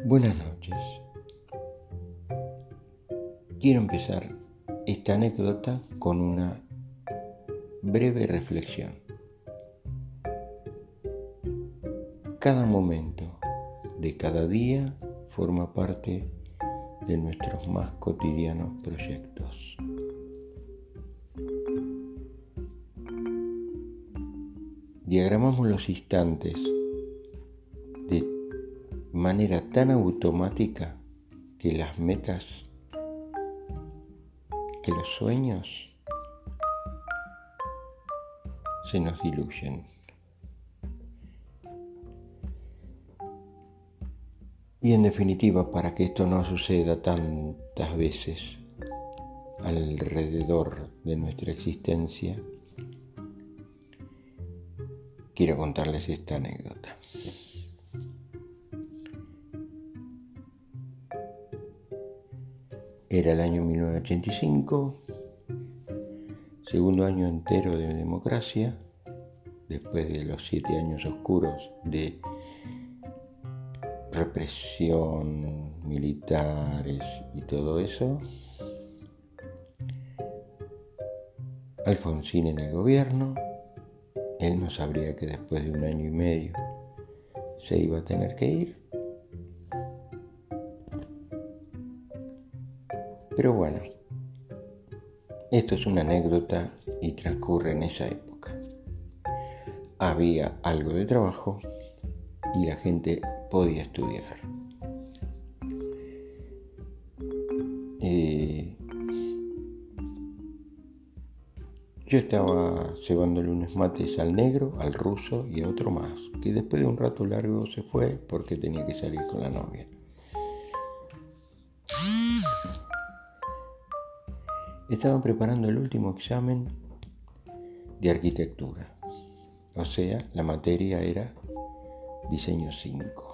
Buenas noches. Quiero empezar esta anécdota con una breve reflexión. Cada momento de cada día forma parte de nuestros más cotidianos proyectos. Diagramamos los instantes de manera tan automática que las metas, que los sueños se nos diluyen. Y en definitiva, para que esto no suceda tantas veces alrededor de nuestra existencia, quiero contarles esta anécdota. Era el año 1985, segundo año entero de democracia, después de los 7 años oscuros de represión, militares y todo eso. Alfonsín en el gobierno. Él no sabría que después de 1 año y medio se iba a tener que ir. Pero bueno, esto es una anécdota y transcurre en esa época. Había algo de trabajo y la gente podía estudiar. Yo estaba cebándole unos mates al negro, al ruso y a otro más, que después de un rato largo se fue porque tenía que salir con la novia. Estaban preparando el último examen de arquitectura, o sea, la materia era diseño 5.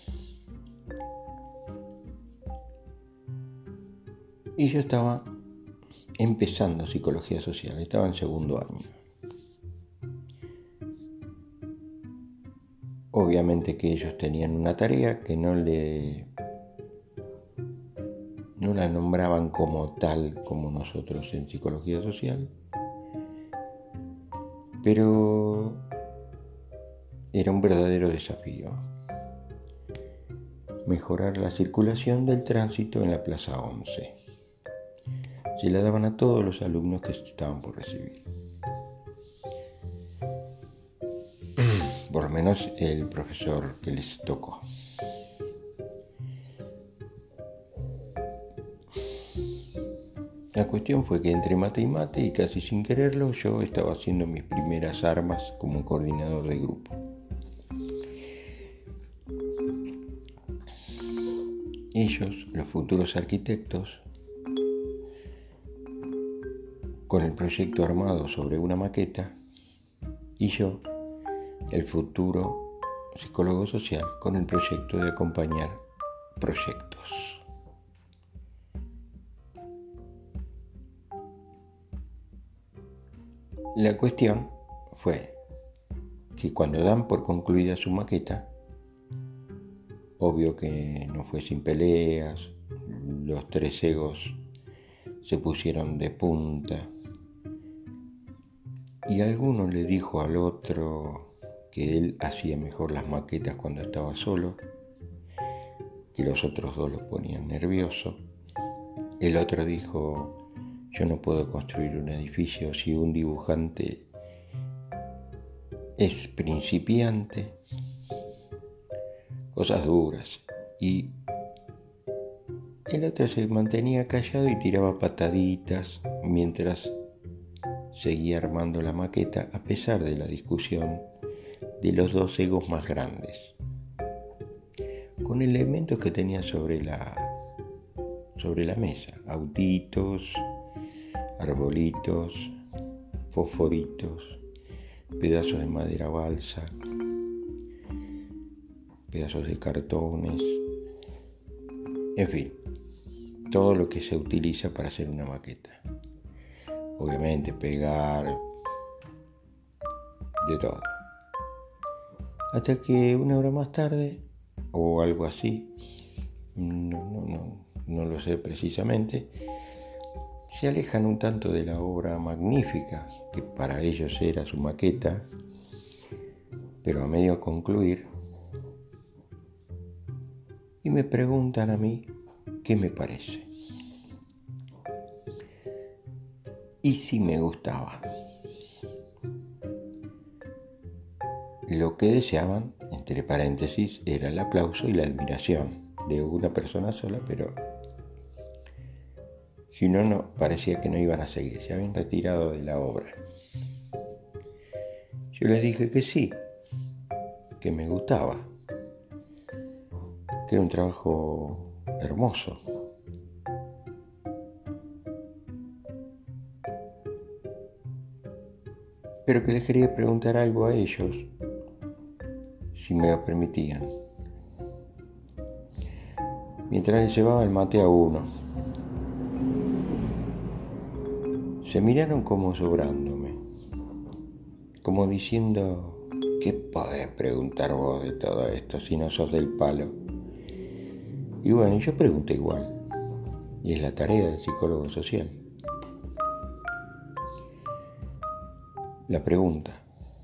Y yo estaba empezando psicología social, estaba en segundo año. Obviamente que ellos tenían una tarea que no la nombraban como tal como nosotros en psicología social, pero era un verdadero desafío. Mejorar la circulación del tránsito en la Plaza 11. Se la daban a todos los alumnos que estaban por recibir. Por lo menos el profesor que les tocó. La cuestión fue que entre mate y casi sin quererlo, yo estaba haciendo mis primeras armas como coordinador de grupo. Ellos, los futuros arquitectos, con el proyecto armado sobre una maqueta, y yo, el futuro psicólogo social, con el proyecto de acompañar proyectos. La cuestión fue que cuando dan por concluida su maqueta, obvio que no fue sin peleas, los 3 egos se pusieron de punta y alguno le dijo al otro que él hacía mejor las maquetas cuando estaba solo, que los otros 2 lo ponían nervioso. El otro dijo: yo no puedo construir un edificio si un dibujante es principiante. Cosas duras. Y el otro se mantenía callado y tiraba pataditas mientras seguía armando la maqueta, a pesar de la discusión de los 2 egos más grandes, con elementos que tenía sobre la mesa: autitos, arbolitos, fosforitos, pedazos de madera balsa, pedazos de cartones, en fin, todo lo que se utiliza para hacer una maqueta. Obviamente pegar, de todo. Hasta que 1 hora más tarde, o algo así, no lo sé precisamente, se alejan un tanto de la obra magnífica que para ellos era su maqueta, pero a medio concluir, y me preguntan a mí qué me parece. Y si me gustaba. Lo que deseaban, entre paréntesis, era el aplauso y la admiración de una persona sola, pero si no, parecía que no iban a seguir, se habían retirado de la obra. Yo les dije que sí, que me gustaba, que era un trabajo hermoso. Pero que les quería preguntar algo a ellos, si me lo permitían. Mientras les llevaba el mate a uno, se miraron como sobrándome, como diciendo, ¿qué podés preguntar vos de todo esto si no sos del palo? Y bueno, yo pregunté igual, y es la tarea del psicólogo social. La pregunta.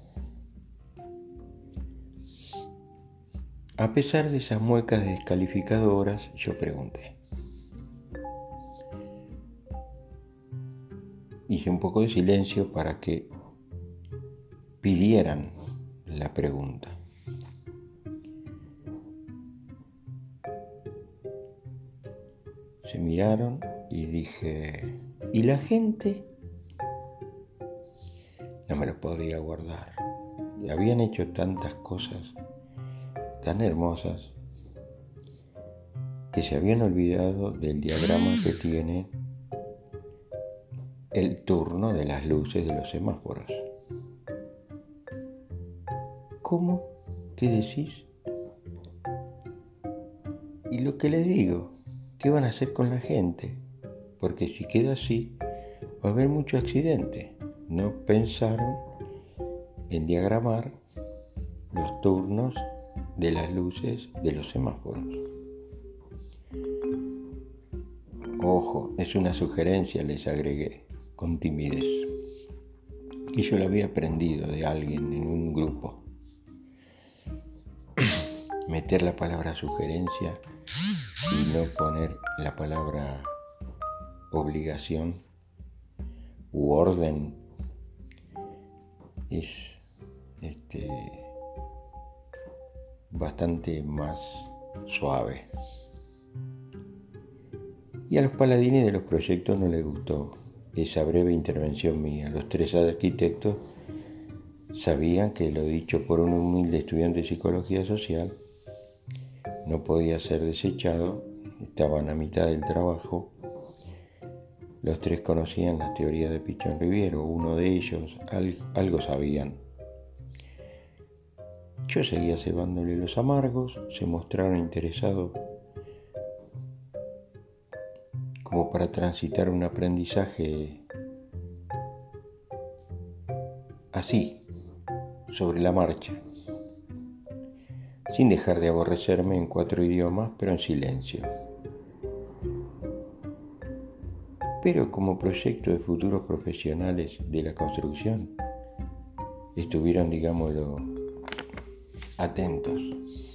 A pesar de esas muecas descalificadoras, yo pregunté. Hice un poco de silencio para que pidieran la pregunta. Se miraron y dije, ¿y la gente? No me lo podía guardar. Y habían hecho tantas cosas tan hermosas que se habían olvidado del diagrama que tiene el turno de las luces de los semáforos. ¿Cómo? ¿Qué decís? Y lo que les digo, ¿qué van a hacer con la gente? Porque si queda así, va a haber mucho accidente. No pensaron en diagramar los turnos de las luces de los semáforos. Ojo, es una sugerencia, les agregué, con timidez. Y yo lo había aprendido de alguien en un grupo. Meter la palabra sugerencia y no poner la palabra obligación u orden es bastante más suave. Y a los paladines de los proyectos no les gustó esa breve intervención mía. Los tres arquitectos sabían que lo dicho por un humilde estudiante de psicología social no podía ser desechado, estaban a mitad del trabajo. Los tres conocían las teorías de Pichon Riviero, uno de ellos algo sabían. Yo seguía cebándole los amargos, se mostraron interesados como para transitar un aprendizaje así, sobre la marcha, sin dejar de aborrecerme en 4 idiomas, pero en silencio. Pero como proyecto de futuros profesionales de la construcción, estuvieron, digámoslo, atentos.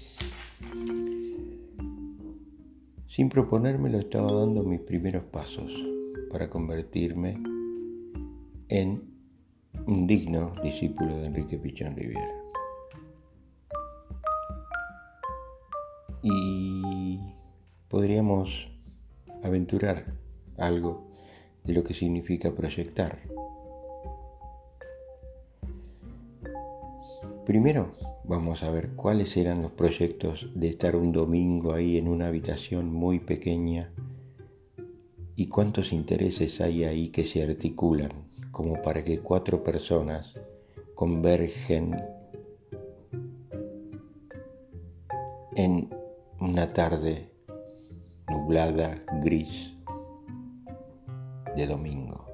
Sin proponérmelo, estaba dando mis primeros pasos para convertirme en un digno discípulo de Enrique Pichon Riviero. Y podríamos aventurar algo de lo que significa proyectar. Primero vamos a ver cuáles eran los proyectos de estar un domingo ahí en una habitación muy pequeña y cuántos intereses hay ahí que se articulan como para que 4 personas convergen en una tarde nublada, gris de domingo.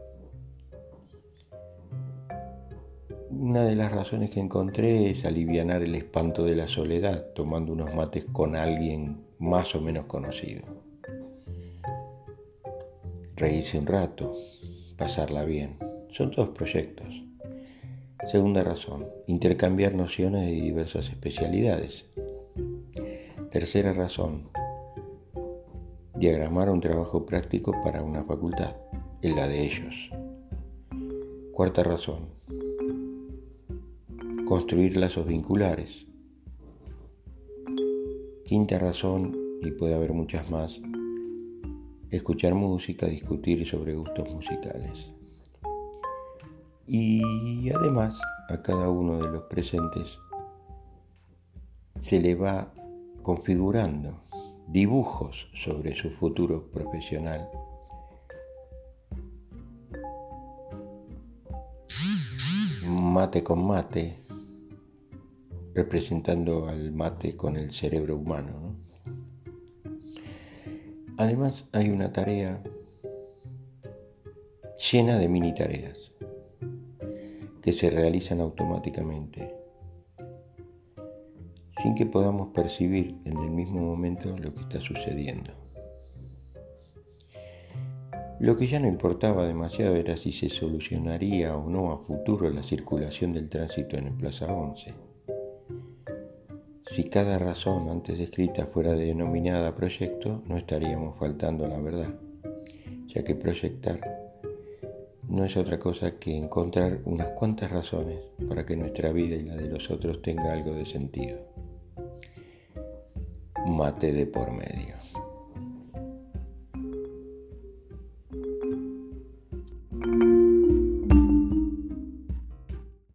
Una de las razones que encontré es alivianar el espanto de la soledad, tomando unos mates con alguien más o menos conocido. Reírse un rato, pasarla bien, son todos proyectos. Segunda razón, intercambiar nociones de diversas especialidades. Tercera razón, diagramar un trabajo práctico para una facultad, en la de ellos. Cuarta razón, construir lazos vinculares. Quinta razón, y puede haber muchas más, escuchar música, discutir sobre gustos musicales. Y además, a cada uno de los presentes se le va configurando dibujos sobre su futuro profesional. Mate con mate, representando al mate con el cerebro humano, ¿no? Además, hay una tarea llena de mini tareas que se realizan automáticamente, sin que podamos percibir en el mismo momento lo que está sucediendo. Lo que ya no importaba demasiado era si se solucionaría o no a futuro la circulación del tránsito en el Plaza 11. Si cada razón antes descrita fuera denominada proyecto, no estaríamos faltando a la verdad, ya que proyectar no es otra cosa que encontrar unas cuantas razones para que nuestra vida y la de los otros tenga algo de sentido. Mate de por medio.